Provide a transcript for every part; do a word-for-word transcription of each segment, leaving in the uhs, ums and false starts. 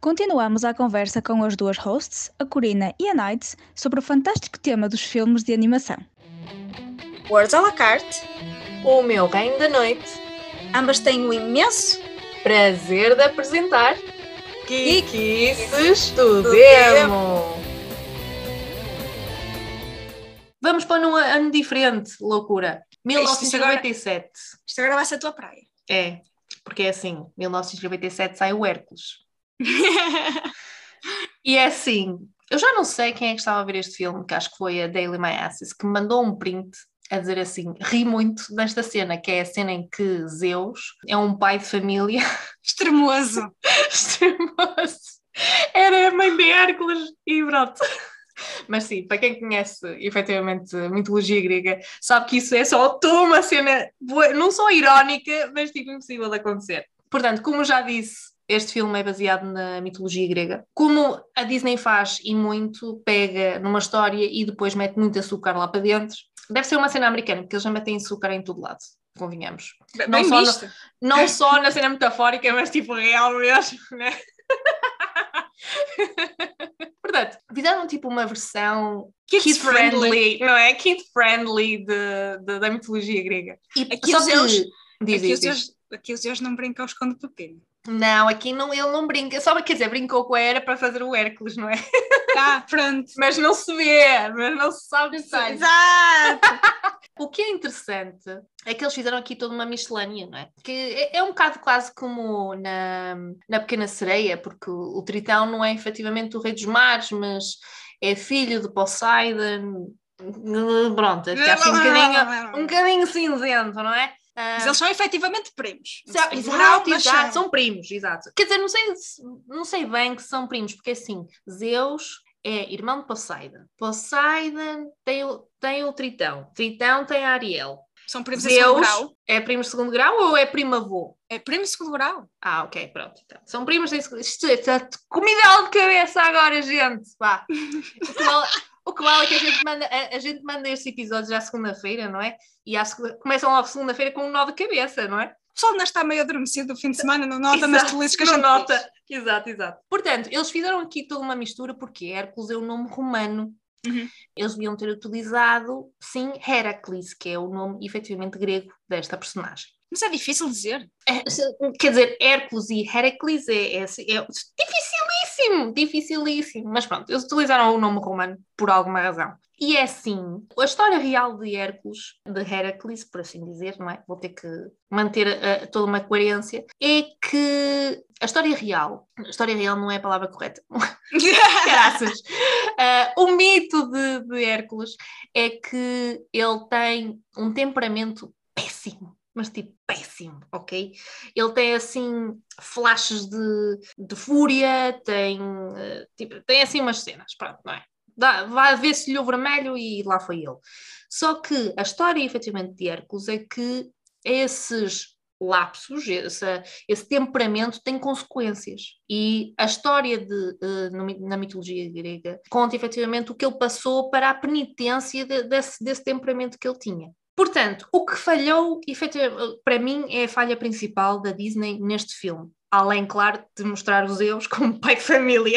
Continuamos a conversa com as duas hosts, a Corina e a Night, sobre o fantástico tema dos filmes de animação. Words à la carte, o meu reino da noite. Ambas têm o imenso prazer de apresentar Kikices do do Demo. Vamos para um ano diferente, loucura. mil novecentos e noventa e sete. Isto, isto agora vai ser a tua praia. É, porque é assim, mil novecentos e noventa e sete sai o Hércules. E é assim, eu já não sei quem é que estava a ver este filme, que acho que foi a Daily My Asses, que me mandou um print a dizer assim, ri muito desta cena, que é a cena em que Zeus é um pai de família extremoso. extremoso. Era a mãe de Hércules e pronto. Mas sim, para quem conhece efetivamente a mitologia grega, sabe que isso é só toda uma cena boa, não só irónica, mas tipo impossível de acontecer. Portanto, como já disse, este filme é baseado na mitologia grega. Como a Disney faz e muito, pega numa história e depois mete muito açúcar lá para dentro. Deve ser uma cena americana, porque eles já metem açúcar em todo lado, convenhamos. Bem Não só, visto. no, não só na cena metafórica, mas tipo real mesmo, né? Portanto, fizeram tipo uma versão kid-friendly, não é? Kid-friendly de, de, da mitologia grega. E aqui só os que... Zeus, diz, aqui, diz, os Zeus, aqui os Zeus não brincam ao esconde-pepino. Não, aqui não, ele não brinca. Só, quer dizer, brincou com a Hera para fazer o Hércules, não é? Ah, pronto. Mas não se vê, mas não se sabe detalhes. Exato! O que é interessante é que eles fizeram aqui toda uma miscelânea, não é? Que é, é um bocado quase como na, na Pequena Sereia, porque o, o Tritão não é efetivamente o rei dos mares, mas é filho de Poseidon. Pronto, é assim um bocadinho, um bocadinho cinzento, não é? Uh, Mas eles são efetivamente primos. Exato, exato, exato, são primos, exato. Quer dizer, não sei, não sei bem que são primos, porque assim, Zeus é irmão de Poseidon. Poseidon tem o, tem o Tritão. Tritão tem a Ariel. São primos Zeus de segundo grau? É primo de segundo grau ou é primo avô? É primo de segundo grau. Ah, ok, pronto. Então. São primos de segundo grau. Isto é comida de cabeça agora, gente. Vá. O que vale é que a gente manda, a, a gente manda estes episódios à segunda-feira, não é? E à segunda, começam logo segunda-feira com um nó de cabeça, não é? O pessoal ainda está meio adormecido do fim de semana, não nota, mas tu lês que a gente nota. Diz. Exato, exato. Portanto, eles fizeram aqui toda uma mistura, porque Hércules é o nome romano. Uhum. Eles deviam ter utilizado, sim, Heracles, que é o nome efetivamente grego desta personagem. Mas é difícil dizer. É, quer dizer, Hércules e Heracles é, é, é dificilíssimo, dificilíssimo. Mas pronto, eles utilizaram o nome romano por alguma razão. E é assim, a história real de Hércules, de Heracles, por assim dizer, não é? Vou ter que manter uh, toda uma coerência, é que a história real, a história real não é a palavra correta, graças. Uh, o mito de, de Hércules é que ele tem um temperamento péssimo. Mas tipo, péssimo, ok? Ele tem assim flashes de, de fúria, tem, tipo, tem assim umas cenas, pronto, não é? Dá, vai ver-se-lhe o vermelho e lá foi ele. Só que a história, efetivamente, de Hércules é que esses lapsos, esse, esse temperamento tem consequências. E a história de, uh, na mitologia grega conta, efetivamente, o que ele passou para a penitência de, desse, desse temperamento que ele tinha. Portanto, o que falhou, efetivamente, para mim, é a falha principal da Disney neste filme. Além, claro, de mostrar os Zeus como pai de família.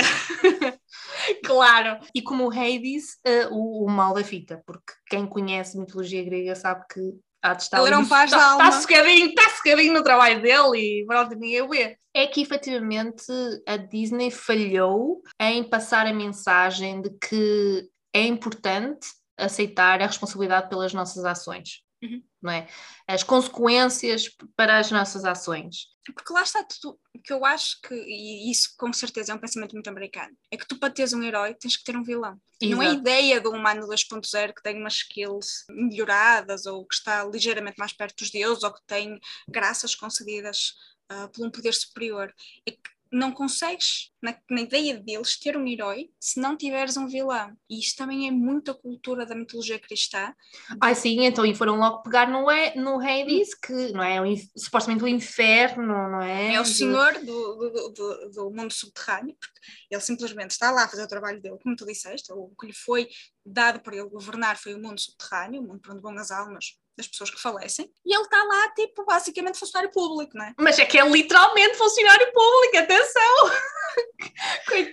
Claro. E como o Hades, uh, o, o mal da fita. Porque quem conhece mitologia grega sabe que há de estar... Ele era um paz da alma. Está secadinho, está secadinho no trabalho dele e pronto, ninguém o vê. É que, efetivamente, a Disney falhou em passar a mensagem de que é importante aceitar a responsabilidade pelas nossas ações, uhum. não é? As consequências para as nossas ações. Porque lá está tudo, que eu acho que, e isso com certeza é um pensamento muito americano, é que tu para teres um herói tens que ter um vilão. Exato. Não é a ideia do humano dois ponto zero que tem umas skills melhoradas ou que está ligeiramente mais perto dos deuses ou que tem graças concedidas uh, por um poder superior. É que não consegues, na, na ideia deles, ter um herói se não tiveres um vilão. E isto também é muito a cultura da mitologia cristã. Ai sim, então e foram logo pegar no, no Hades, que não é o, supostamente o inferno, não é? É o senhor do, do, do, do mundo subterrâneo, porque ele simplesmente está lá a fazer o trabalho dele, como tu disseste, o que lhe foi dado por ele governar foi o mundo subterrâneo, o mundo para onde vão as almas das pessoas que falecem, e ele está lá, tipo, basicamente funcionário público, não é? Mas é que é literalmente funcionário público, atenção!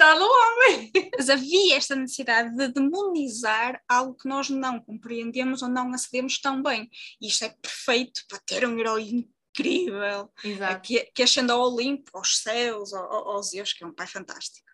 coitado do homem. Mas havia esta necessidade de demonizar algo que nós não compreendemos ou não acedemos tão bem. E isto é perfeito para ter um herói incrível, Exato. que, que ascenda ao Olimpo, aos céus, ao, aos Zeus, que é um pai fantástico.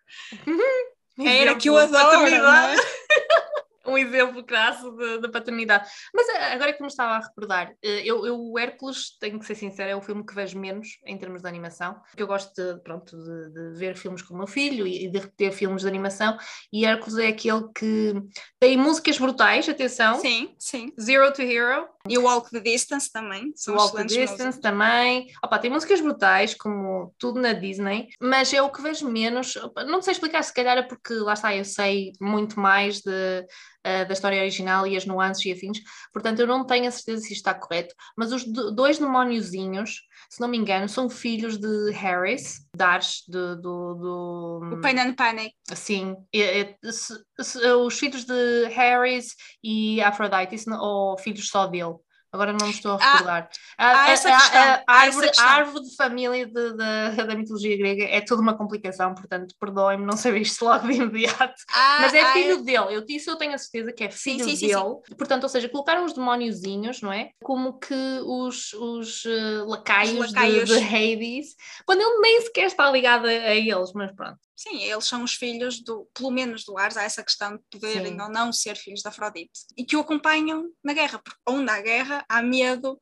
Era Exemplo que eu de adoro, paternidade. não é? Um exemplo crasso de, de paternidade. Mas agora que me estava a recordar, eu, eu o Hércules, tenho que ser sincera, é o filme que vejo menos em termos de animação, porque eu gosto de, pronto, de, de ver filmes com o meu filho e de repetir filmes de animação, e Hércules é aquele que tem músicas brutais, atenção. Sim, sim. Zero to Hero. E o Walk the Distance também. São Walk the excelentes Distance músicas. também. Opa, tem músicas brutais, como tudo na Disney, mas é o que vejo menos. Opa, não sei explicar, se calhar é porque, lá está, eu sei muito mais de, uh, da história original e as nuances e afins, portanto eu não tenho a certeza se isto está correto, mas os do, dois demóniozinhos, se não me engano, são filhos de Harris, Dars, do... do, do... O Pain and Panic. Sim, é, é, se, se, os filhos de Harris e Aphrodite, se não, ou filhos só dele. Agora não me estou a recordar. Há, a, há a, essa a, questão. a, a, árvore, essa a árvore de família de, de, da mitologia grega é toda uma complicação, portanto, perdoem-me não saber isto logo de imediato. há, Mas é há, filho dele, eu, isso eu tenho a certeza que é filho sim, sim, dele. sim, sim. Portanto, ou seja, colocaram os demóniozinhos, não é? Como que os, os uh, lacaios, Os lacaios. De, de Hades, quando ele nem sequer está ligado a, a eles, mas pronto. Sim, eles são os filhos, do, pelo menos do Ares, há essa questão de poderem Sim. ou não ser filhos de Afrodite. E que o acompanham na guerra, porque onde há guerra, há medo,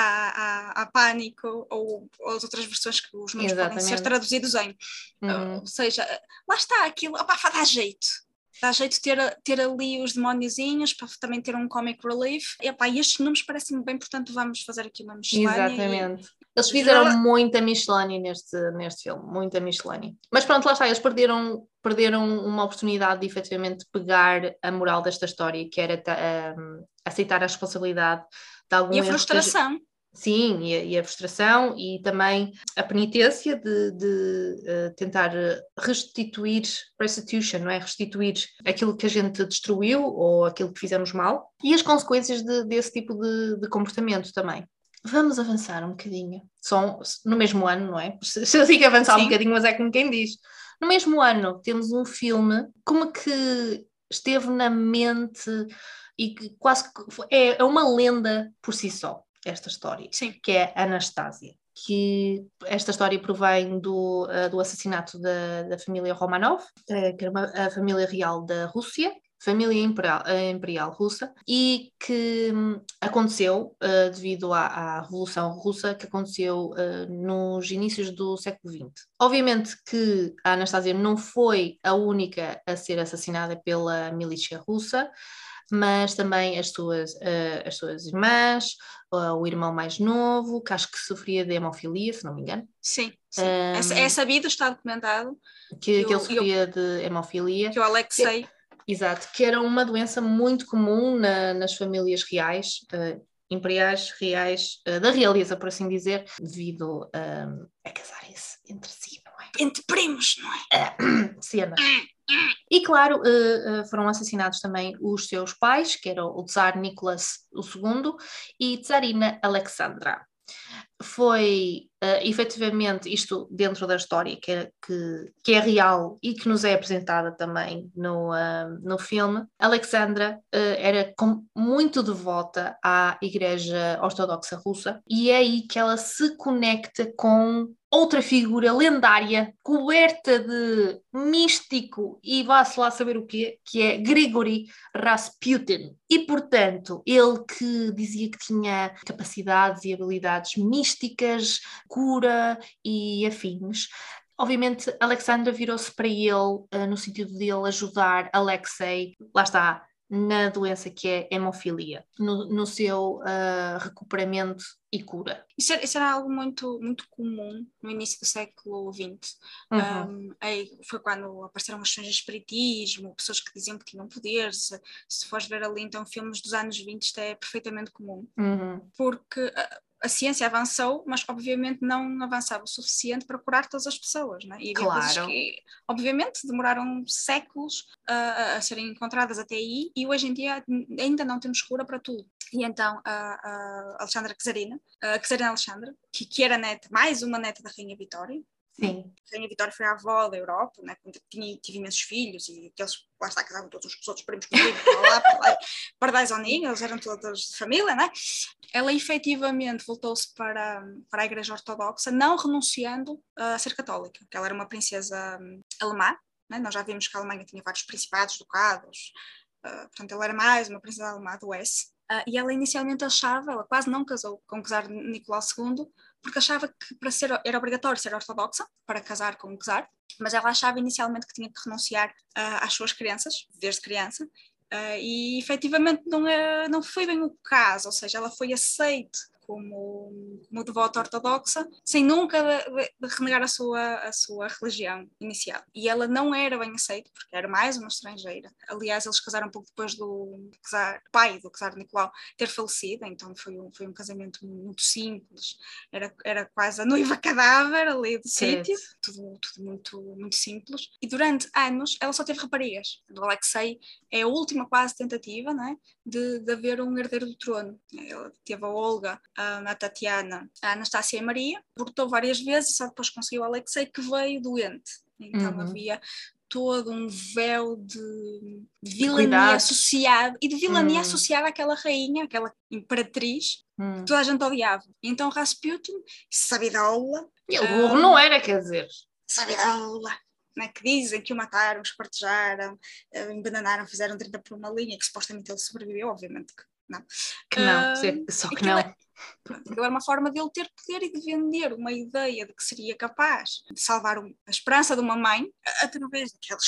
há, há, há pânico, ou, ou as outras versões que os nomes podem ser traduzidos em. Uhum. Ou seja, lá está aquilo, opá, dá jeito. Dá jeito ter, ter ali os demóniozinhos para também ter um comic relief. E, opá, estes nomes parecem-me bem, portanto vamos fazer aqui uma miscelânea. Exatamente. E... Eles fizeram Já... muita miscelânea neste, neste filme, muita miscelânea. Mas pronto, lá está, eles perderam, perderam uma oportunidade de efetivamente pegar a moral desta história, que era um, aceitar a responsabilidade de algum E a erro frustração. Que... Sim, e a, e a frustração e também a penitência de, de uh, tentar restituir, restitution, não é? Restituir aquilo que a gente destruiu ou aquilo que fizemos mal e as consequências de, desse tipo de, de comportamento também. Vamos avançar um bocadinho. Só no mesmo ano, não é? Se eu digo avançar Sim. um bocadinho, mas é como quem diz. No mesmo ano temos um filme como que esteve na mente e que quase é, é uma lenda por si só. Esta história, Sim. que é Anastasia, que esta história provém do, uh, do assassinato da, da família Romanov, uh, que era uma, a família real da Rússia, família imperial, uh, imperial russa, e que um, aconteceu uh, devido à, à Revolução Russa, que aconteceu uh, nos inícios do século vinte. Obviamente que a Anastasia não foi a única a ser assassinada pela milícia russa, mas também as suas, uh, as suas irmãs, uh, o irmão mais novo, que acho que sofria de hemofilia, se não me engano. Sim, sim. Um, é, é sabido, está documentado. Que, que, que ele sofria eu, de hemofilia. Que o Alexei... Que, exato, que era uma doença muito comum na, nas famílias reais, uh, imperiais, reais, uh, da realeza, por assim dizer, devido uh, a casarem-se entre si, não é? Entre primos, não é? Uh, cena. E claro, uh, uh, foram assassinados também os seus pais, que eram o Tsar Nicolas segundo e Tsarina Alexandra. Foi uh, efetivamente isto dentro da história que é, que, que é real e que nos é apresentada também no, uh, no filme. Alexandra uh, era com, muito devota à Igreja Ortodoxa Russa e é aí que ela se conecta com outra figura lendária, coberta de místico e vá-se lá saber o quê, que é Grigory Rasputin. E, portanto, ele que dizia que tinha capacidades e habilidades místicas, cura e afins. Obviamente, Alexandra virou-se para ele uh, no sentido de ele ajudar Alexei, lá está, na doença que é hemofilia, no, no seu uh, recuperamento e cura. Isso era, isso era algo muito, muito comum no início do século vinte. Uhum. Um, aí foi quando apareceram as questões de espiritismo, pessoas que diziam que tinham poder. Se, se fores ver ali, então, filmes dos anos vinte, isto é perfeitamente comum. Uhum. Porque a, a ciência avançou, mas obviamente não avançava o suficiente para curar todas as pessoas, não é? E havia claro. coisas que, obviamente, demoraram séculos uh, a serem encontradas até aí, e hoje em dia ainda não temos cura para tudo. E então a, a Alexandra Czarina, a Czarina Alexandra, que, que era neta, mais uma neta da Rainha Vitória, Sim. A Rainha Vitória foi a avó da Europa, né? Quando tinha, tive imensos filhos e aqueles, lá está, casavam todos os outros primos comigo, para lá, para lá, pardais ao ninho, eles eram todos de família, né? Ela efetivamente voltou-se para, para a Igreja Ortodoxa, não renunciando a ser católica, porque ela era uma princesa alemã, né? Nós já vimos que a Alemanha tinha vários principados, ducados, uh, portanto ela era mais uma princesa alemã do Oeste. Uh, e ela inicialmente achava, ela quase não casou com o czar Nicolau segundo, porque achava que para ser, era obrigatório ser ortodoxa para casar com o czar, mas ela achava inicialmente que tinha que renunciar uh, às suas crenças, desde criança, uh, e efetivamente não, é, não foi bem o caso, ou seja, ela foi aceite como, como devota ortodoxa, sem nunca de, de renegar a sua, a sua religião inicial. E ela não era bem aceita, porque era mais uma estrangeira. Aliás, eles casaram um pouco depois do czar, pai do czar Nicolau ter falecido, então foi um, foi um casamento muito simples, era, era quase a noiva cadáver ali do sítio, tudo, tudo muito, muito simples. E durante anos ela só teve raparigas. O Alexei é a última quase tentativa, não é? de, de haver um herdeiro do trono. Ela teve a Olga, a Tatiana, a Anastácia e a Maria, abortou várias vezes e só depois conseguiu o Alexei, que veio doente. Então uhum. havia todo um véu de vilania associado, e de vilania hum. associada àquela rainha, àquela imperatriz, hum. que toda a gente odiava. Então Rasputin, sabidola... Ele burro um, não era, quer dizer... Sabidola... Né, que dizem que o mataram, espartejaram, uh, envenenaram, fizeram trinta por uma linha, que supostamente ele sobreviveu, obviamente que não. Que não, uh, só que não. É, pronto, era uma forma dele ter poder e de vender uma ideia de que seria capaz de salvar um, a esperança de uma mãe através daquelas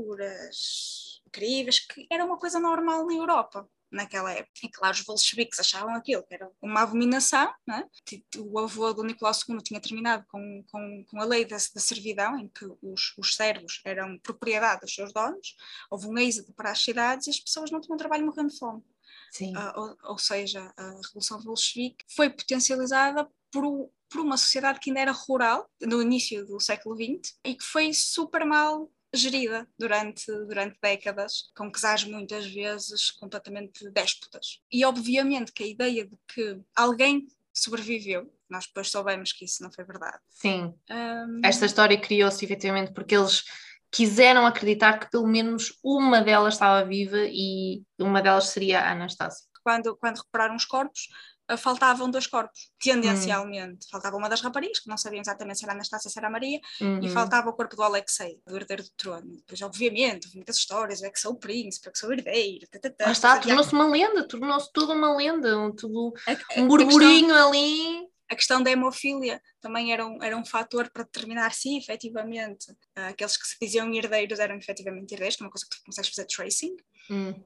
curas incríveis, que era uma coisa normal na Europa naquela época. E claro, os bolcheviques achavam aquilo que era uma abominação, né? O avô do Nicolau segundo tinha terminado com, com, com a lei da, da servidão, em que os, os servos eram propriedade dos seus donos, houve um êxodo para as cidades e as pessoas não tinham trabalho morrendo de fome. Sim. Uh, ou, ou seja, a Revolução Bolchevique foi potencializada por, por uma sociedade que ainda era rural, no início do século vinte, e que foi super mal gerida durante, durante décadas, com czares muitas vezes completamente déspotas. E obviamente que a ideia de que alguém sobreviveu, nós depois soubemos que isso não foi verdade. Sim, um... esta história criou-se efetivamente porque eles quiseram acreditar que pelo menos uma delas estava viva e uma delas seria a Anastácia. Quando, quando recuperaram os corpos, faltavam dois corpos, tendencialmente. Hum. Faltava uma das raparigas, que não sabiam exatamente se era a Anastácia, se era a Maria, uhum. e faltava o corpo do Alexei, do herdeiro do trono. Depois, obviamente, muitas histórias, é que sou o príncipe, é que sou o herdeiro. Lá está, tornou-se uma lenda, tornou-se tudo uma lenda, um, tudo, a, um burburinho questão, ali. A questão da hemofilia também era um, era um fator para determinar se, efetivamente, uh, aqueles que se diziam herdeiros eram efetivamente herdeiros, que é uma coisa que tu consegues fazer tracing. Uhum.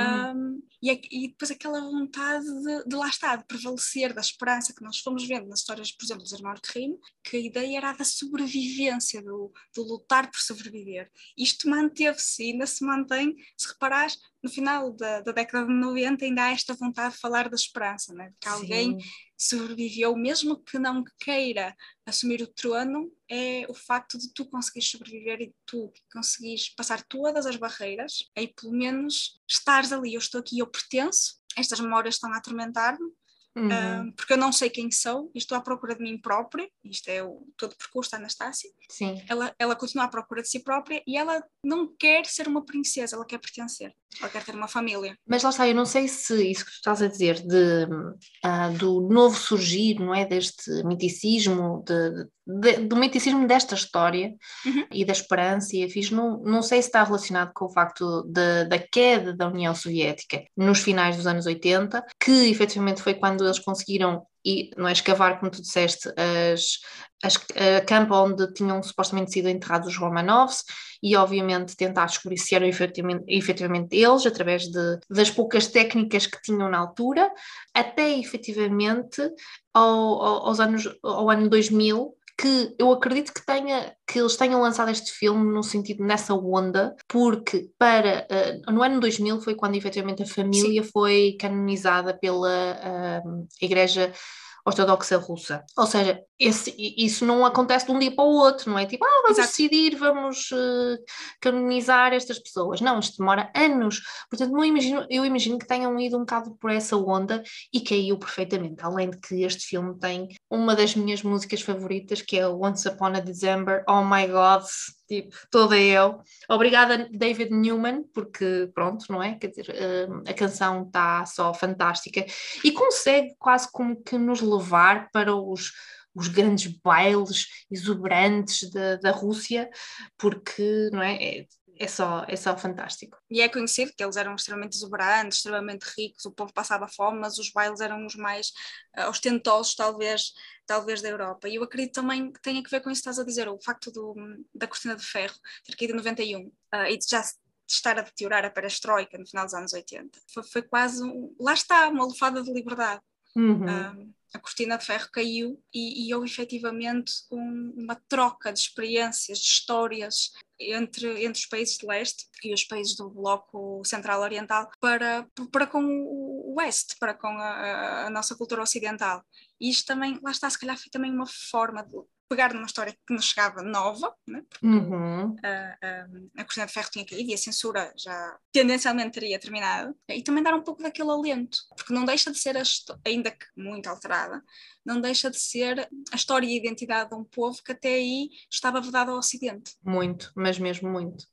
Um, e, e depois aquela vontade de, de lá estar, de prevalecer, da esperança que nós fomos vendo nas histórias, por exemplo, dos irmãos Grimm, que a ideia era a da sobrevivência, do, do lutar por sobreviver. Isto manteve-se e ainda se mantém, se reparares, no final da, da década de noventa ainda há esta vontade de falar da esperança, né? Que alguém sobreviveu, mesmo que não queira assumir o trono, é o facto de tu conseguires sobreviver e de tu conseguires passar todas as barreiras e pelo menos estares ali, eu estou aqui, eu pertenço, estas memórias estão a atormentar-me, uhum. um, porque eu não sei quem sou e estou à procura de mim própria, isto é o, todo o percurso da Anastácia. Sim. Ela, ela continua à procura de si própria e ela não quer ser uma princesa, ela quer pertencer, ela quer ter uma família. Mas lá está, eu não sei se isso que tu estás a dizer de, uh, do novo surgir, não é, deste miticismo, de, de, do miticismo desta história, uhum. e da esperança e afins, não, não sei se está relacionado com o facto de, da queda da União Soviética nos finais dos anos oitenta, que efetivamente foi quando eles conseguiram e não é escavar, como tu disseste, as, as, a campa onde tinham supostamente sido enterrados os Romanovs e obviamente tentar descobrir se eram efetivamente, efetivamente eles, através de, das poucas técnicas que tinham na altura, até efetivamente ao, ao, aos anos, ao ano dois mil, que eu acredito que, tenha, que eles tenham lançado este filme no sentido, nessa onda, porque para, uh, no ano dois mil foi quando efetivamente a família Sim. foi canonizada pela uh, Igreja Ortodoxa Russa. Ou seja, esse, isso não acontece de um dia para o outro, não é tipo, ah, vamos Exato. decidir, vamos uh, canonizar estas pessoas. Não, isto demora anos. Portanto, não imagino, eu imagino que tenham ido um bocado por essa onda e caiu perfeitamente. Além de que este filme tem uma das minhas músicas favoritas, que é o Once Upon a December. Oh my God, tipo, toda eu. Obrigada, David Newman, porque pronto, não é? Quer dizer, uh, a canção está só fantástica e consegue quase como que nos levar para os os grandes bailes exuberantes da, da Rússia, porque, não é, é, é, só, é só fantástico. E é conhecido que eles eram extremamente exuberantes, extremamente ricos, o povo passava fome, mas os bailes eram os mais uh, ostentosos, talvez, talvez, da Europa. E eu acredito também que tenha que ver com isso que estás a dizer, o facto do, da Cortina de Ferro ter caído em noventa e um, uh, e já de estar a deteriorar a perestroika no final dos anos oitenta. Foi, foi quase, um, lá está, uma lufada de liberdade. Uhum. Um, a Cortina de Ferro caiu e, e houve efetivamente um, uma troca de experiências, de histórias entre, entre os países de leste e os países do bloco central-oriental para, para com o oeste, para com a, a nossa cultura ocidental. E isto também, lá está, se calhar foi também uma forma de pegar numa história que nos chegava nova, né? Porque uhum. a, a, a Cortina de Ferro tinha caído e a censura já tendencialmente teria terminado, e também dar um pouco daquele alento, porque não deixa de ser, a ainda que muito alterada, não deixa de ser a história e a identidade de um povo que até aí estava vedado ao Ocidente. Muito, mas mesmo muito.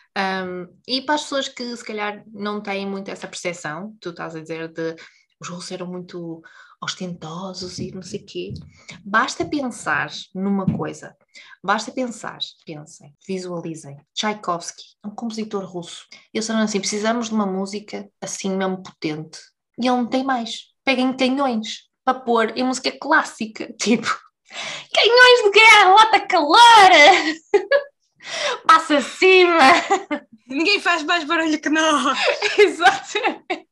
Um, e para as pessoas que se calhar não têm muito essa percepção, tu estás a dizer de os russos eram muito ostentosos e não sei o quê, basta pensar numa coisa, basta pensar, pensem, visualizem, Tchaikovsky, um compositor russo, e eles disseram assim, precisamos de uma música assim mesmo potente, e ele não tem mais, peguem canhões para pôr em música clássica, tipo, canhões de guerra, lata calor, passa acima. Ninguém faz mais barulho que nós. Exatamente.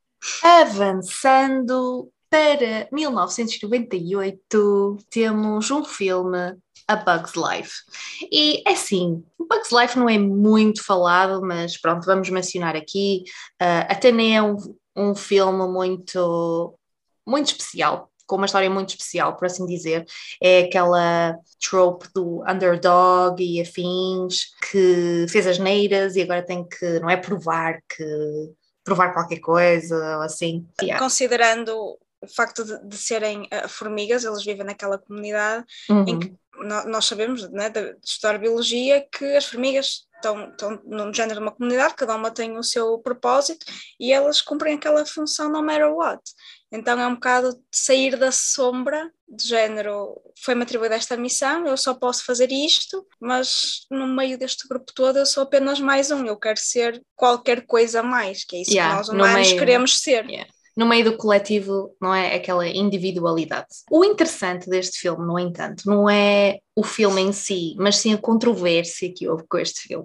Avançando para mil novecentos e noventa e oito, temos um filme, A Bug's Life. E assim, Bug's Life não é muito falado, mas pronto, vamos mencionar aqui. Uh, até nem é um, um filme muito, muito especial, com uma história muito especial, por assim dizer. É aquela trope do underdog e afins, que fez as neiras e agora tem que, não é, provar que provar qualquer coisa ou assim. Yeah. Considerando o facto de, de serem uh, formigas, eles vivem naquela comunidade uhum. em que no, nós sabemos, né, de, de estudar biologia, que as formigas estão, estão num género de uma comunidade, cada uma tem o seu propósito e elas cumprem aquela função no matter what. Então é um bocado de sair da sombra de género, foi-me atribuída esta missão, eu só posso fazer isto, mas no meio deste grupo todo eu sou apenas mais um, eu quero ser qualquer coisa a mais, que é isso yeah, que nós humanos meio, queremos ser. Yeah. No meio do coletivo, não é aquela individualidade. O interessante deste filme, no entanto, não é o filme em si, mas sim a controvérsia que houve com este filme.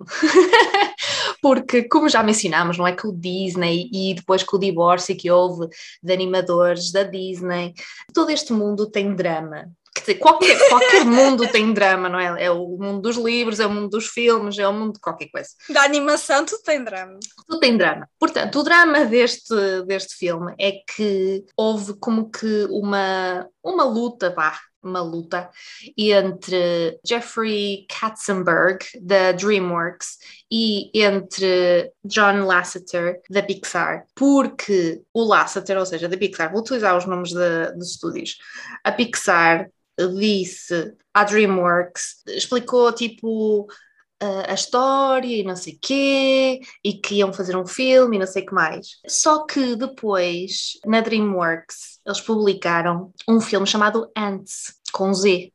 Porque, como já mencionámos, não é que o Disney e depois com o divórcio que houve de animadores da Disney, todo este mundo tem drama. Quer dizer, qualquer, qualquer mundo tem drama, não é? É o mundo dos livros, é o mundo dos filmes, é o mundo de qualquer coisa. Da animação tudo tem drama. Tudo tem drama. Portanto, o drama deste, deste filme é que houve como que uma, uma luta, vá, uma luta entre Jeffrey Katzenberg, da DreamWorks, e entre John Lasseter, da Pixar, porque o Lasseter, ou seja, da Pixar, vou utilizar os nomes de, dos estúdios, a Pixar disse à DreamWorks, explicou tipo a história e não sei o quê, e que iam fazer um filme e não sei o que mais. Só que depois, na DreamWorks, eles publicaram um filme chamado Ants, com Z.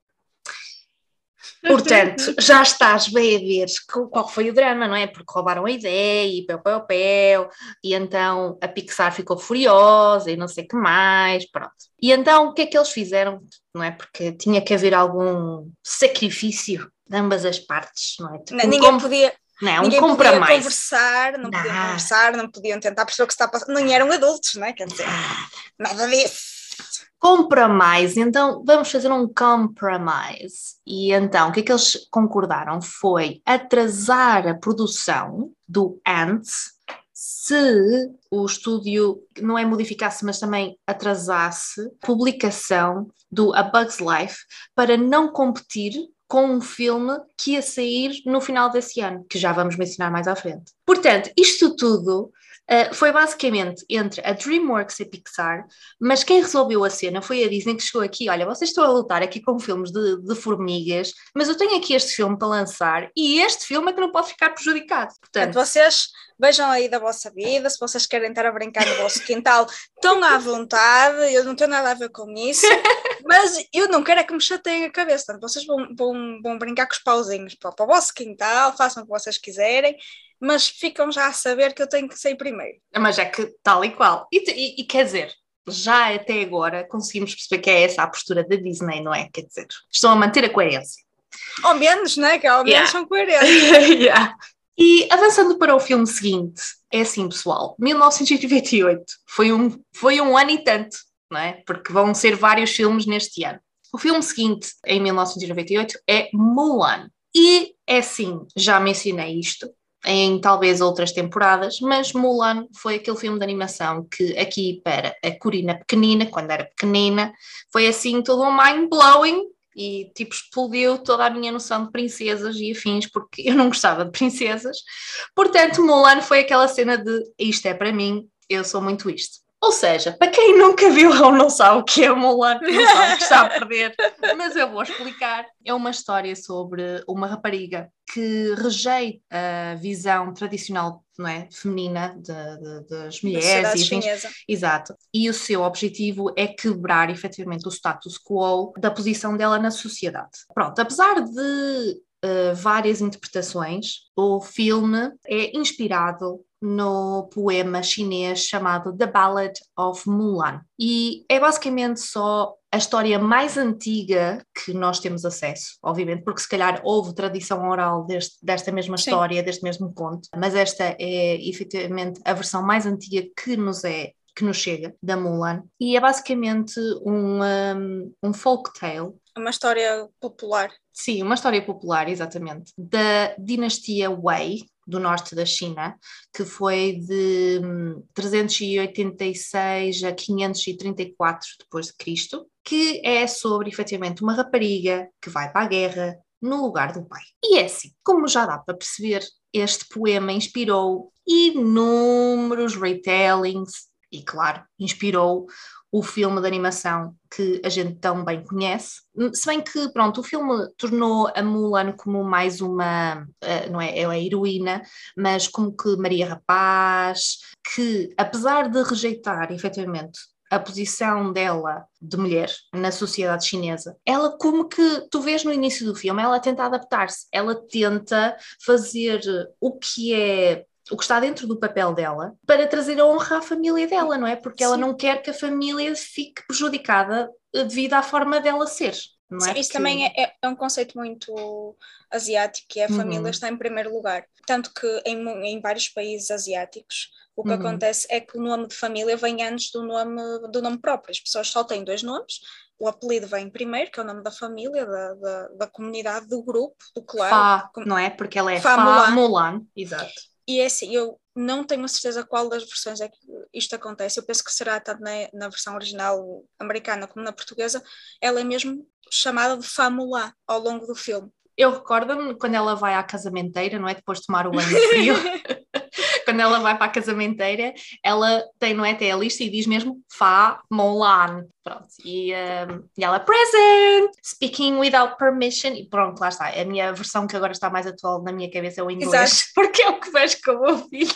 Portanto, já estás bem a ver qual foi o drama, não é? Porque roubaram a ideia e pel, pel, pel, e então a Pixar ficou furiosa e não sei o que mais, pronto. E então o que é que eles fizeram, não é? Porque tinha que haver algum sacrifício de ambas as partes, não é? Tipo, não, ninguém podia... Não, ninguém um compra podia mais. conversar, não, não podiam conversar, não podiam tentar perceber o que se está a passar, não eram adultos, não é? Quer dizer, nada disso. Compra mais, então vamos fazer um compromise. E então, o que é que eles concordaram foi atrasar a produção do Ants se o estúdio não é modificasse, mas também atrasasse a publicação do A Bug's Life para não competir com um filme que ia sair no final desse ano, que já vamos mencionar mais à frente. Portanto, isto tudo uh, foi basicamente entre a DreamWorks e a Pixar, mas quem resolveu a cena foi a Disney, que chegou aqui, olha, vocês estão a lutar aqui com filmes de, de formigas, mas eu tenho aqui este filme para lançar e este filme é que não pode ficar prejudicado. Portanto, vocês vejam aí da vossa vida, se vocês querem estar a brincar no vosso quintal, estão à vontade, eu não tenho nada a ver com isso, mas eu não quero é que me chateiem a cabeça, portanto, vocês vão, vão, vão brincar com os pauzinhos para, para o vosso quintal, façam o que vocês quiserem, mas ficam já a saber que eu tenho que sair primeiro. Mas é que tal e qual. E, e, e quer dizer, já até agora conseguimos perceber que é essa a postura da Disney, não é? Quer dizer, estão a manter a coerência. Ao menos, né? Que ao menos Yeah. são coerentes. Yeah. E avançando para o filme seguinte, é assim, pessoal, mil novecentos e noventa e oito foi um, foi um ano e tanto, não é? Porque vão ser vários filmes neste ano. O filme seguinte, em mil novecentos e noventa e oito, é Mulan. E é assim, já mencionei isto em talvez outras temporadas, mas Mulan foi aquele filme de animação que aqui para a Corina pequenina, quando era pequenina, foi assim todo um mind-blowing, e tipo explodiu toda a minha noção de princesas e afins, porque eu não gostava de princesas. Portanto, Mulan foi aquela cena de isto é para mim, eu sou muito isto. Ou seja, para quem nunca viu ou não sabe o que é Mulan, não sabe o que está a perder, mas eu vou explicar. É uma história sobre uma rapariga que rejeita a visão tradicional, não é, feminina de, de, das mulheres e afins. Chinesa. Exato. E o seu objetivo é quebrar efetivamente o status quo da posição dela na sociedade. Pronto, apesar de uh, várias interpretações, o filme é inspirado no poema chinês chamado The Ballad of Mulan. E é basicamente só a história mais antiga que nós temos acesso, obviamente, porque se calhar houve tradição oral deste, desta mesma Sim. história, deste mesmo conto, mas esta é efetivamente a versão mais antiga que nos é que nos chega, da Mulan, e é basicamente um, um, um folk tale. Uma história popular. Sim, uma história popular, exatamente, da dinastia Wei, do norte da China, que foi de trezentos e oitenta e seis a quinhentos e trinta e quatro depois de Cristo, que é sobre, efetivamente, uma rapariga que vai para a guerra no lugar do pai. E é assim, como já dá para perceber, este poema inspirou inúmeros retellings e, claro, inspirou o filme de animação que a gente tão bem conhece. Se bem que, pronto, o filme tornou a Mulan como mais uma, uh, não é, é a heroína, mas como que Maria Rapaz, que apesar de rejeitar, efetivamente, a posição dela de mulher na sociedade chinesa, ela como que, tu vês no início do filme, ela tenta adaptar-se, ela tenta fazer o que é o que está dentro do papel dela, para trazer a honra à família dela, não é? Porque ela Sim. não quer que a família fique prejudicada devido à forma dela ser, não Sim, é? isso Porque... também é, é um conceito muito asiático, que é a família Uhum. está em primeiro lugar. Tanto que em, em vários países asiáticos, o que Uhum. acontece é que o nome de família vem antes do nome, do nome próprio. As pessoas só têm dois nomes, o apelido vem primeiro, que é o nome da família, da, da, da comunidade, do grupo, do clã. Fá, não é? Porque ela é Fá Fá Mulan. Mulan, exato. E é assim, eu não tenho a certeza qual das versões é que isto acontece. Eu penso que será tanto na, na versão original americana como na portuguesa. Ela é mesmo chamada de Fá Mulan ao longo do filme. Eu recordo-me quando ela vai à casamenteira, não é? Depois de tomar o banho frio. Quando ela vai para a casamenteira, ela tem, não é? Tem a lista e diz mesmo Fá Mulan. Pronto. E, um, e ela, present! Speaking without permission. E pronto, lá está. A minha versão que agora está mais atual na minha cabeça é o inglês. Exato. Porque é o que vejo com o meu filho.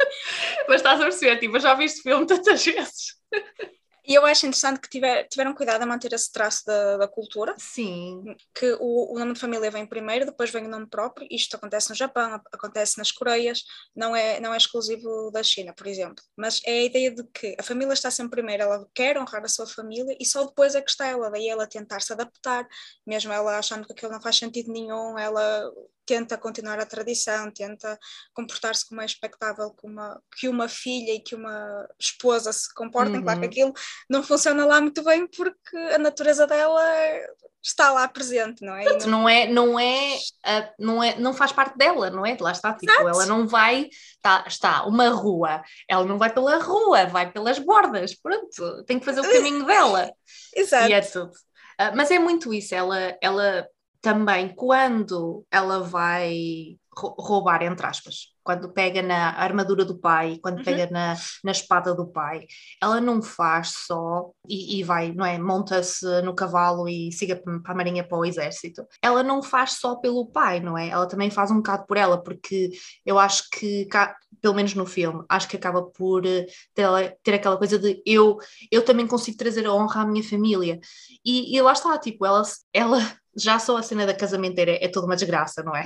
Mas estás a perceber, tipo, eu já vi este filme tantas vezes. E eu acho interessante que tiver, tiveram cuidado a manter esse traço da, da cultura. Sim. Que o, o nome de família vem primeiro, depois vem o nome próprio. Isto acontece no Japão, acontece nas Coreias, não é, não é exclusivo da China, por exemplo. Mas é a ideia de que a família está sempre primeiro, ela quer honrar a sua família e só depois é que está ela, daí ela tentar se adaptar, mesmo ela achando que aquilo não faz sentido nenhum, ela tenta continuar a tradição, tenta comportar-se como é expectável que uma, que uma filha e que uma esposa se comportem. Uhum. Claro que aquilo não funciona lá muito bem porque a natureza dela está lá presente, não é? Não... não é, não é, uh, não é, não faz parte dela, não é? Lá está, tipo, Exato. Ela não vai, está, está uma rua, ela não vai pela rua, vai pelas bordas, pronto, tem que fazer o caminho dela. Exato. E é tudo. Uh, mas é muito isso, ela, ela também, quando ela vai roubar, entre aspas, quando pega na armadura do pai, quando uhum. pega na, na espada do pai, ela não faz só e, e vai, não é? Monta-se no cavalo e siga para a marinha, para o exército. Ela não faz só pelo pai, não é? Ela também faz um bocado por ela, porque eu acho que, pelo menos no filme, acho que acaba por ter, ter aquela coisa de eu, eu também consigo trazer a honra à minha família. E, e lá está, tipo, ela, ela já só a cena da casamenteira é toda uma desgraça, não é?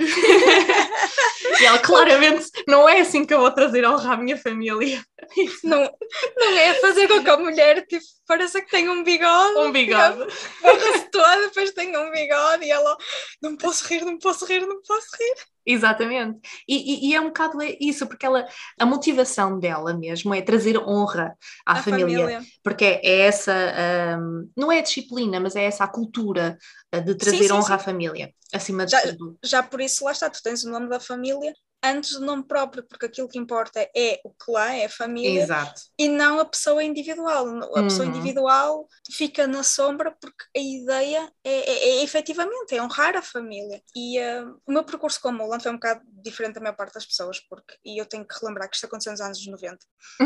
E ela claramente não é assim que eu vou trazer honra à minha família. Não, não é fazer com que a mulher tipo, pareça que tem um bigode. Um bigode. Borra-se toda, depois tem um bigode e ela não posso rir, não posso rir, não posso rir. Exatamente. E, e, e é um bocado isso, porque ela, a motivação dela mesmo é trazer honra à a família, família. Porque é essa, um, não é a disciplina, mas é essa a cultura de trazer sim, sim, honra sim. à família, acima de já, tudo. Já por isso, lá está, tu tens o nome da família antes do nome próprio, porque aquilo que importa é o que lá é a família. Exato. E não a pessoa individual. A uhum. pessoa individual fica na sombra porque a ideia é, é, é efetivamente é honrar a família. E uh, o meu percurso com a Mulan foi um bocado diferente da maior parte das pessoas, porque, e eu tenho que relembrar que isto aconteceu nos anos noventa.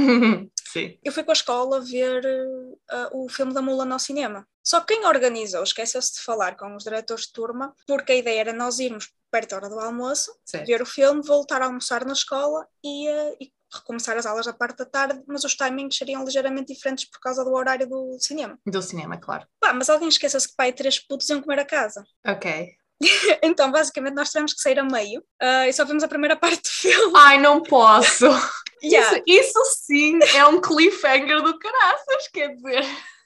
Sim. Eu fui com a escola ver uh, o filme da Mulan ao cinema. Só que quem organizou esqueceu-se de falar com os diretores de turma, porque a ideia era nós irmos perto da hora do almoço, certo. Ver o filme, voltar a almoçar na escola e, uh, e recomeçar as aulas da parte da tarde, mas os timings seriam ligeiramente diferentes por causa do horário do cinema. Do cinema, claro. Pá, mas alguém esqueceu-se que pai e três putos iam comer a casa. Ok. Então, basicamente, nós tivemos que sair a meio uh, e só vimos a primeira parte do filme. Ai, não posso! Yeah. Isso, isso sim é um cliffhanger do caraças, quer dizer...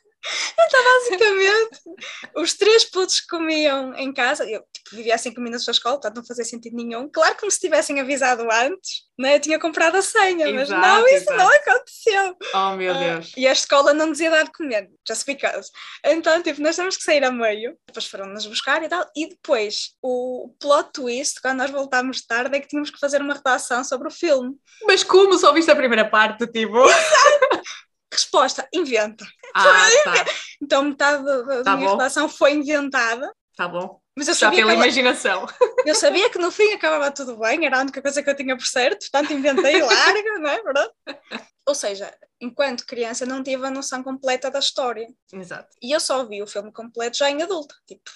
Então, basicamente, os três putos que comiam em casa, eu tipo, vivia a cinco minutos da escola, portanto não fazia sentido nenhum. Claro que me se tivessem avisado antes, né, eu tinha comprado a senha, exato, mas não, isso exato. Não aconteceu. Oh, meu Deus. Uh, e a escola não nos ia dar de comer, just because. Então, tipo, nós temos que sair a meio, depois foram-nos buscar e tal, e depois o plot twist, quando nós voltámos tarde, é que tínhamos que fazer uma redação sobre o filme. Mas como só viste a primeira parte, tipo... Exato. Resposta, inventa. Ah, tá. Então metade da tá minha redação foi inventada. Tá bom. Mas eu já sabia pela que ela... imaginação. Eu sabia que no fim acabava tudo bem, era a única coisa que eu tinha por certo, portanto inventei larga, não é verdade? Ou seja, enquanto criança não tive a noção completa da história. Exato. E eu só vi o filme completo já em adulta, tipo...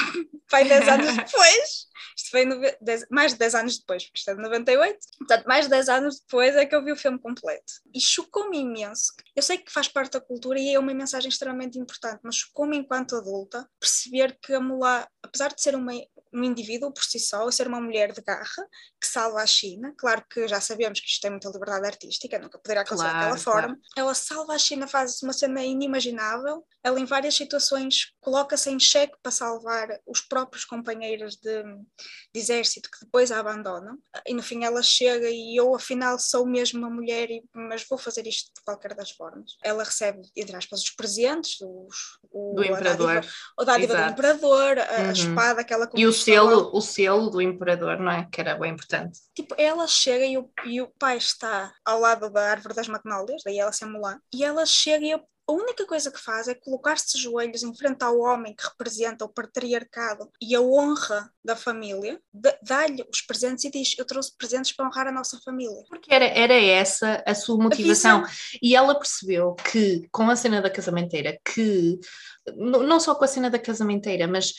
Foi dez anos depois, isto foi no, dez, mais de dez anos depois, porque isto é de noventa e oito, portanto mais de dez anos depois é que eu vi o filme completo e chocou-me imenso. Eu sei que faz parte da cultura e é uma mensagem extremamente importante, mas chocou-me enquanto adulta perceber que a Mulan, apesar de ser uma, um indivíduo por si só, ser uma mulher de garra que salva a China, claro que já sabemos que isto tem muita liberdade artística, nunca poderia acontecer claro, daquela forma, claro. Ela salva a China, faz uma cena inimaginável, ela em várias situações coloca-se em xeque para salvar os próprios companheiros de, de exército que depois a abandonam e no fim ela chega e eu afinal sou mesmo uma mulher e, mas vou fazer isto de qualquer das formas. Ela recebe, entre aspas, os presentes os, o, do imperador, a dádiva, a dádiva do imperador, a, uhum. a espada que ela e o selo, o selo do imperador, não é? Que era bem importante. Tipo, ela chega e o, e o pai está ao lado da árvore das magnólias, daí ela se Mulan, e ela chega e eu a única coisa que faz é colocar-se de joelhos em frente ao homem que representa o patriarcado e a honra da família, dá-lhe os presentes e diz, eu trouxe presentes para honrar a nossa família. Porque era, era essa a sua motivação. A e ela percebeu que, com a cena da casamenteira, que, não só com a cena da casamenteira, mas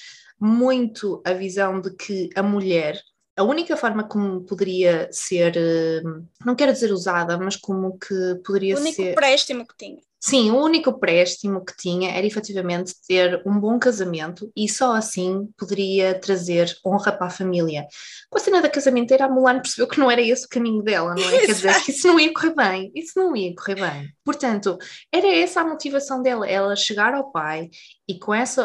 muito a visão de que a mulher... A única forma como poderia ser, não quero dizer usada, mas como que poderia ser... O único ser... préstimo que tinha. Sim, o único préstimo que tinha era efetivamente ter um bom casamento e só assim poderia trazer honra para a família. Com a cena da casamenteira, a Mulan percebeu que não era esse o caminho dela, não é? Quer dizer, que isso não ia correr bem, isso não ia correr bem. Portanto, era essa a motivação dela, ela chegar ao pai e com essa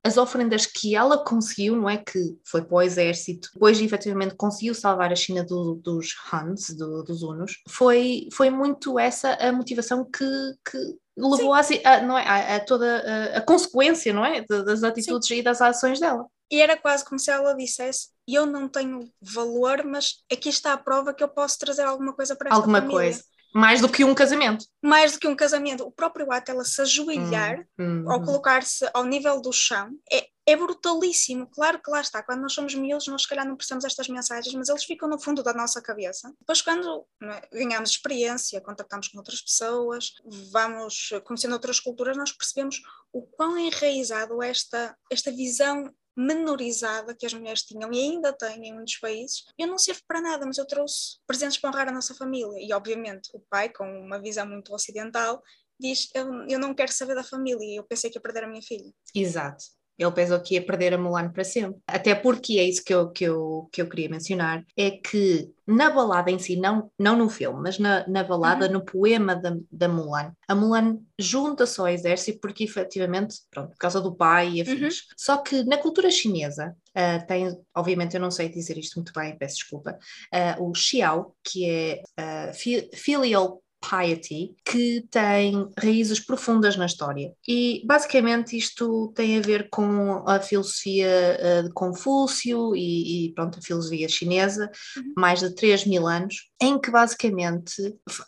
as ofrendas que ela conseguiu, não é? Que foi para o exército, depois efetivamente conseguiu salvar a China do, dos Huns, do, dos Hunos, foi, foi muito essa a motivação que, que levou a, a, não é? a, a toda a, a consequência, não é? Das atitudes Sim. e das ações dela. E era quase como se ela dissesse, eu não tenho valor, mas aqui está a prova que eu posso trazer alguma coisa para esta alguma família. Coisa. Mais do que um casamento. Mais do que um casamento. O próprio ato, ela se ajoelhar, hum, hum, ou colocar-se ao nível do chão, é, é brutalíssimo. Claro que lá está, quando nós somos miúdos, nós se calhar não percebemos estas mensagens, mas eles ficam no fundo da nossa cabeça. Depois, quando é, ganhamos experiência, contactamos com outras pessoas, vamos conhecendo outras culturas, nós percebemos o quão enraizado esta, esta visão menorizada que as mulheres tinham e ainda têm em muitos países. Eu não servo para nada, mas eu trouxe presentes para honrar a nossa família. E obviamente o pai, com uma visão muito ocidental, diz, eu, eu não quero saber da família, eu pensei que ia perder a minha filha. Exato. Ele pensou que ia perder a Mulan para sempre. Até porque é isso que eu, que eu, que eu queria mencionar, é que na balada em si, não, não no filme, mas na, na balada, uhum. no poema da, da Mulan, a Mulan junta-se ao exército porque efetivamente, pronto, por causa do pai e afins. Uhum. Só que na cultura chinesa, uh, tem, obviamente eu não sei dizer isto muito bem, peço desculpa, uh, o Xiao, que é uh, fi, filial piety, que tem raízes profundas na história. E basicamente isto tem a ver com a filosofia uh, de Confúcio e, e pronto, a filosofia chinesa, uhum. mais de três mil anos, em que basicamente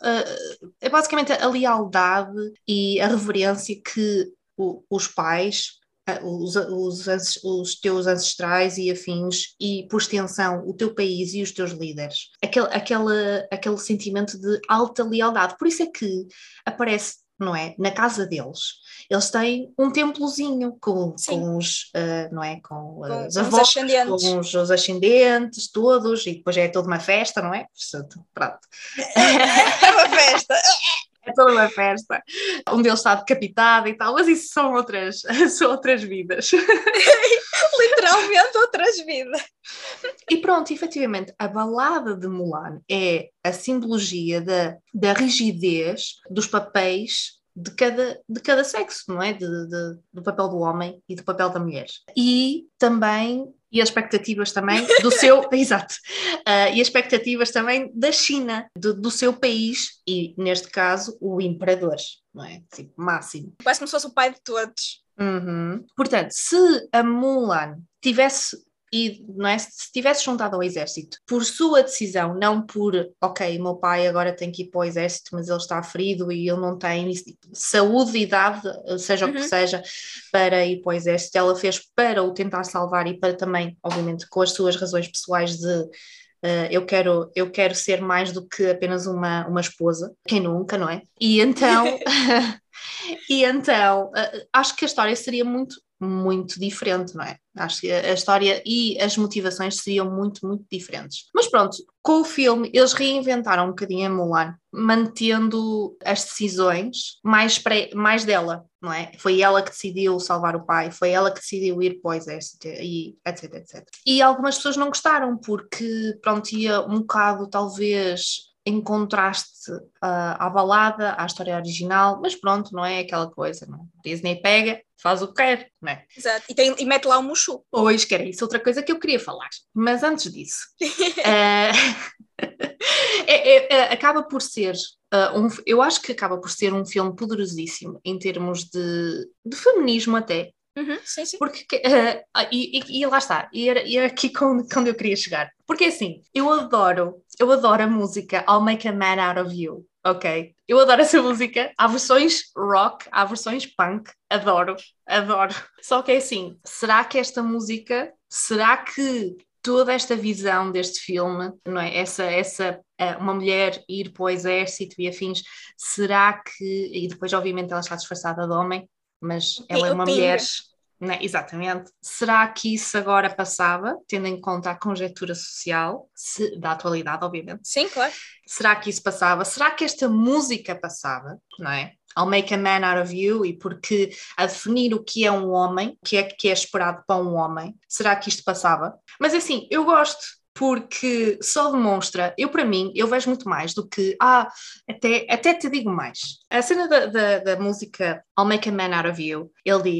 uh, é basicamente a lealdade e a reverência que o, os pais Os, os, os teus ancestrais e afins e, por extensão, o teu país e os teus líderes. Aquele, aquele, aquele sentimento de alta lealdade. Por isso é que aparece, não é, na casa deles. Eles têm um templozinho com, com os, uh, não é, com, com os avós, os com os, os ascendentes, todos, e depois é toda uma festa, não é? Pronto. É uma festa! É toda uma festa. Um deles está decapitado e tal, mas isso são outras, são outras vidas. Literalmente outras vidas. E pronto, efetivamente, a balada de Mulan é a simbologia da, da rigidez dos papéis de cada, de cada sexo, não é? De, de, do papel do homem e do papel da mulher. E também... E as expectativas também do seu... Exato. Uh, e as expectativas também da China, do, do seu país, e neste caso, o imperador, não é? Tipo, máximo. Quase como se fosse o pai de todos. Uhum. Portanto, se a Mulan tivesse... E, não é? Se tivesse juntado ao exército por sua decisão, não por, ok, meu pai agora tem que ir para o exército, mas ele está ferido e ele não tem saúde e idade, seja uhum. o que seja, para ir para o exército, ela fez para o tentar salvar e para também, obviamente, com as suas razões pessoais de uh, eu, quero, eu quero ser mais do que apenas uma, uma esposa, quem nunca, não é? E então, e então uh, acho que a história seria muito muito diferente, não é? Acho que a história e as motivações seriam muito, muito diferentes. Mas pronto, com o filme eles reinventaram um bocadinho a Mulan, mantendo as decisões mais, pré, mais dela, não é? Foi ela que decidiu salvar o pai, foi ela que decidiu ir para o exército, e etc, etcétera. E algumas pessoas não gostaram porque, pronto, ia um bocado, talvez... em contraste uh, à balada, à história original, mas pronto, não é aquela coisa, não é? Disney pega, faz o que quer, não é? Exato, e, tem, e mete lá o Mushu. Pois, que era isso, outra coisa que eu queria falar, mas antes disso, uh, é, é, é, acaba por ser, uh, um, eu acho que acaba por ser um filme poderosíssimo em termos de, de feminismo até. Uhum, sim, sim. Porque, uh, e, e, e lá está, e era, e era aqui quando, quando eu queria chegar. Porque assim, eu adoro, eu adoro a música I'll Make a Man Out of You, ok? Eu adoro essa música, há versões rock, há versões punk, adoro, adoro. Só que é assim, será que esta música, será que toda esta visão deste filme, não é? Essa, essa uma mulher ir para o exército e afins, será que, e depois obviamente ela está disfarçada de homem, mas ela é uma mulher, né? Exatamente. Será que isso agora passava, tendo em conta a conjectura social, se, da atualidade, obviamente? Sim, claro. Será que isso passava? Será que esta música passava, não é? I'll make a man out of you, e porque a definir o que é um homem, o que é que é esperado para um homem, será que isto passava? Mas assim, eu gosto, porque só demonstra, eu para mim, eu vejo muito mais do que, ah, até, até te digo mais. A cena da, da, da música I'll Make a Man Out of You, ele diz,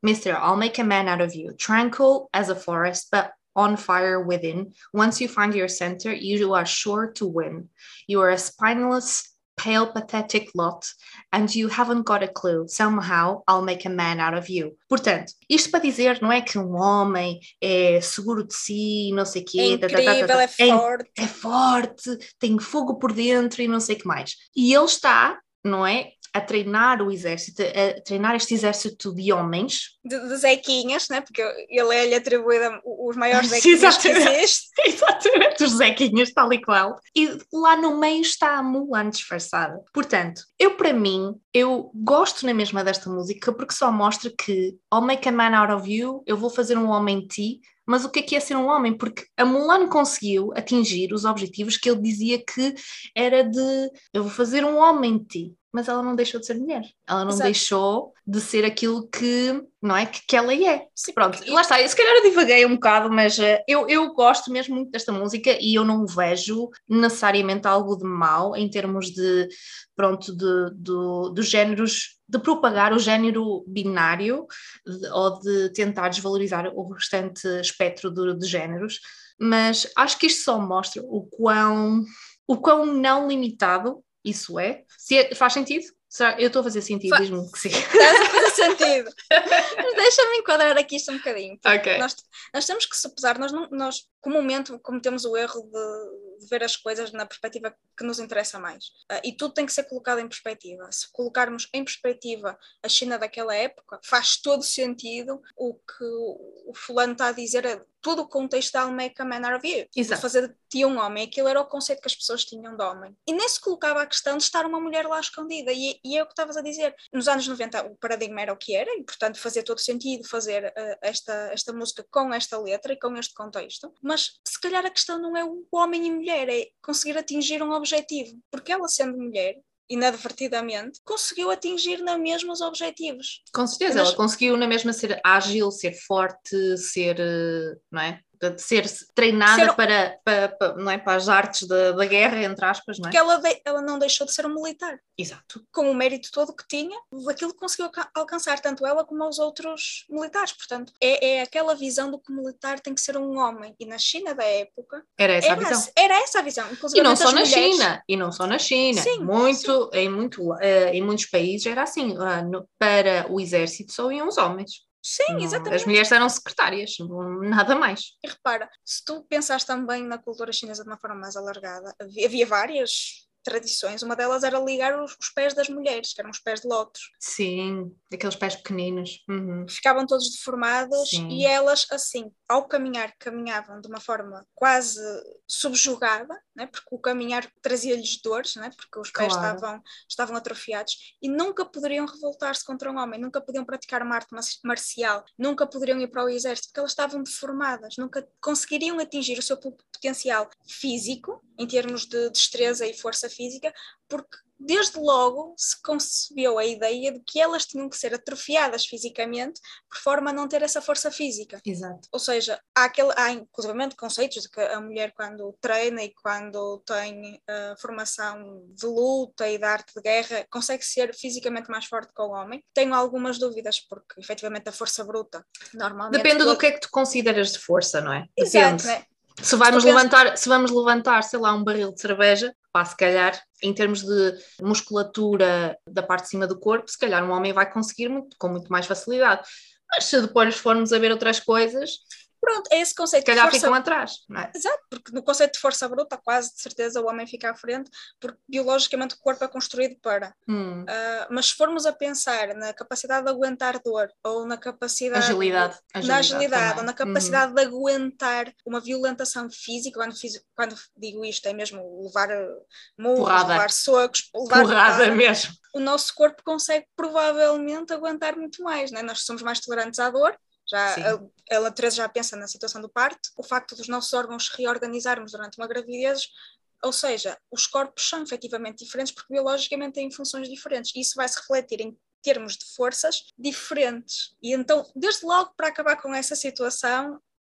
Mister, I'll make a man out of you, tranquil as a forest, but on fire within. Once you find your center, you are sure to win. You are a spineless, pale, pathetic lot, and you haven't got a clue. Somehow, I'll make a man out of you. Portanto, isto para dizer, não é que um homem é seguro de si, não sei o quê. É incrível, tá, tá, tá, tá. é forte. É, é forte, tem fogo por dentro e não sei o que mais. E ele está, não é, a treinar o exército, a treinar este exército de homens. De, de Zequinhas, né? Porque ele é-lhe atribuído os maiores Zequinhas que existe. Exatamente, os Zequinhas, tal e qual. E lá no meio está a Mulan disfarçada. Portanto, eu para mim, eu gosto na mesma desta música porque só mostra que I'll make a man out of you, eu vou fazer um homem de ti. Mas o que é que é ser um homem? Porque a Mulan conseguiu atingir os objetivos que ele dizia que era de eu vou fazer um homem de ti. Mas ela não deixou de ser mulher. Ela não Exato. deixou de ser aquilo que, não é, que, que ela é. Sim, pronto, porque... lá está. Se calhar eu divaguei um bocado, mas uh, eu, eu gosto mesmo muito desta música e eu não vejo necessariamente algo de mau em termos de, pronto, de, de, de géneros, de propagar o género binário de, ou de tentar desvalorizar o restante espectro de, de géneros. Mas acho que isto só mostra o quão, o quão não limitado isso é. Se é, faz sentido? Será? Eu estou a fazer sentido, Fa- diz-me que sim. Estás a fazer sentido. Mas deixa-me enquadrar aqui isto um bocadinho. Okay. Nós, nós temos que supesar, nós, não, nós comumente cometemos o erro de, de ver as coisas na perspectiva que nos interessa mais. Uh, e tudo tem que ser colocado em perspectiva. Se colocarmos em perspectiva a China daquela época, faz todo sentido o que o fulano está a dizer, é todo o contexto da I'll make a man out of you. Exato. Fazer de ti um homem. Aquilo era o conceito que as pessoas tinham de homem. E nem se colocava a questão de estar uma mulher lá escondida. E, e é o que estavas a dizer. Nos anos noventa o paradigma era o que era e, portanto, fazia todo sentido fazer uh, esta, esta música com esta letra e com este contexto. Mas, se calhar, a questão não é o homem e mulher, é conseguir atingir um objetivo. Porque ela, sendo mulher, inadvertidamente, conseguiu atingir na mesma os objetivos. Com certeza, Mas... ela conseguiu na mesma ser ágil, ser forte, ser, não é? De ser treinada ser... Para, para, para, não é? Para as artes da, da guerra, entre aspas, não é? Porque ela, de, ela não deixou de ser um militar. Exato. Com o mérito todo que tinha, aquilo que conseguiu alcançar, tanto ela como os outros militares. Portanto, é, é aquela visão de que o militar tem que ser um homem. E na China da época... Era essa era, a visão. Era essa a visão. E não só na mulheres... China. E não só na China. Sim, muito, sim. Em, muito, uh, em muitos países era assim. Uh, no, para o exército só iam os homens. Sim, exatamente. As mulheres eram secretárias, nada mais. E repara, se tu pensares também na cultura chinesa de uma forma mais alargada, havia, havia várias tradições, uma delas era ligar os, os pés das mulheres, que eram os pés de lótus. Sim, aqueles pés pequeninos. Uhum. Ficavam todos deformados. Sim. E elas, assim, ao caminhar, caminhavam de uma forma quase subjugada, né? Porque o caminhar trazia-lhes dores, né? Porque os pés claro. estavam, estavam atrofiados, e nunca poderiam revoltar-se contra um homem, nunca podiam praticar uma arte marcial, nunca poderiam ir para o exército, porque elas estavam deformadas, nunca conseguiriam atingir o seu potencial físico, em termos de destreza e força física, porque desde logo se concebeu a ideia de que elas tinham que ser atrofiadas fisicamente por forma a não ter essa força física. Exato. Ou seja, há, aquele, há inclusivamente conceitos de que a mulher, quando treina e quando tem uh, formação de luta e de arte de guerra, consegue ser fisicamente mais forte que o homem. Tenho algumas dúvidas, porque efetivamente a força bruta normalmente... Depende todo... do que é que tu consideras de força, não é? Exato, Depende. Né? Se vamos, levantar, se vamos levantar, sei lá, um barril de cerveja, pá, se calhar, em termos de musculatura da parte de cima do corpo, se calhar um homem vai conseguir muito, com muito mais facilidade. Mas se depois formos a ver outras coisas... Pronto, é esse conceito se calhar de força... ficam atrás, não é? Exato, porque no conceito de força bruta quase de certeza o homem fica à frente, porque biologicamente o corpo é construído para. Hum. Uh, mas se formos a pensar na capacidade de aguentar dor, ou na capacidade... Agilidade. De, na agilidade, ou na capacidade uhum. de aguentar uma violentação física, quando, quando digo isto é mesmo levar murros, porrada. levar socos, levar porrada, porrada mesmo. O nosso corpo consegue provavelmente aguentar muito mais, né? Nós somos mais tolerantes à dor. Já, a, a natureza já pensa na situação do parto, o facto dos nossos órgãos se reorganizarmos durante uma gravidez, ou seja, os corpos são efetivamente diferentes porque biologicamente têm funções diferentes, e isso vai se refletir em termos de forças diferentes. E então, desde logo, para acabar com essa situação,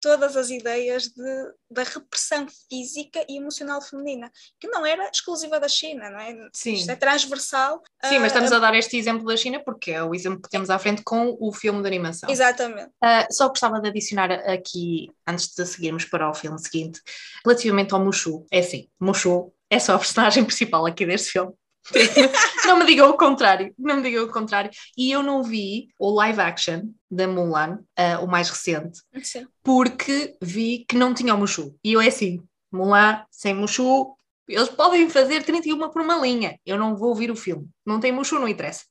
todas as ideias de, da repressão física e emocional feminina, que não era exclusiva da China, não é? Sim. Isto é transversal. Sim, mas estamos uh, a dar este exemplo da China porque é o exemplo que temos à frente com o filme de animação. Exatamente. Uh, só gostava de adicionar aqui, antes de seguirmos para o filme seguinte, relativamente ao Mushu. É assim, Mushu é só a personagem principal aqui deste filme. Não me digam o contrário, não me digam o contrário. E eu não vi o live action da Mulan, uh, o mais recente, Sim. porque vi que não tinha o Mushu. E eu é assim, Mulan sem Mushu, eles podem fazer trinta e uma por uma linha. Eu não vou ouvir o filme. Não tem Mushu, não interessa.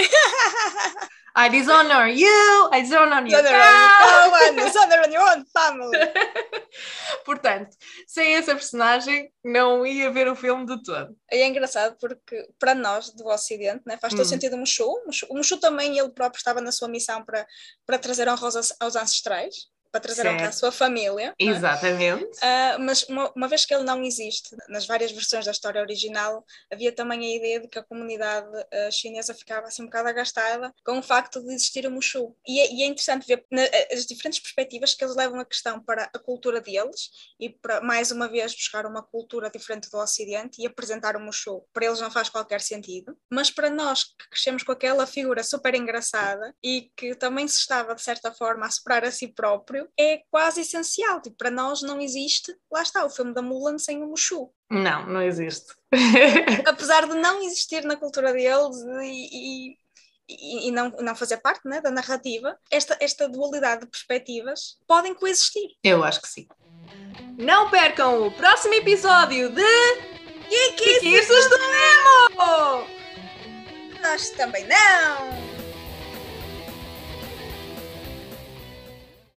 I dishonor you, I dishonor your cow, dishonor your own family. Portanto, sem essa personagem não ia ver o filme de todo. E é engraçado porque para nós do Ocidente, né, faz todo hum. sentido o Mushu. O Mushu também ele próprio estava na sua missão para, para trazer honra aos, aos ancestrais, para trazer certo. honra à sua família. Exatamente. É? Uh, mas uma, uma vez que ele não existe, nas várias versões da história original, havia também a ideia de que a comunidade uh, chinesa ficava assim um bocado agastada com o facto de existir o Mushu. E é, e é interessante ver na, as diferentes perspectivas que eles levam a questão para a cultura deles e para, mais uma vez, buscar uma cultura diferente do Ocidente e apresentar o Mushu. Para eles não faz qualquer sentido, mas para nós que crescemos com aquela figura super engraçada e que também se estava, de certa forma, a superar a si próprio, é quase essencial. Tipo, para nós não existe, lá está, o filme da Mulan sem o Mushu. Não, não existe. Apesar de não existir na cultura deles e, e, e, e não, não fazer parte, né, da narrativa, esta, esta dualidade de perspectivas podem coexistir. Eu acho que sim. Não percam o próximo episódio de Geekices do Nemo! Nós também não!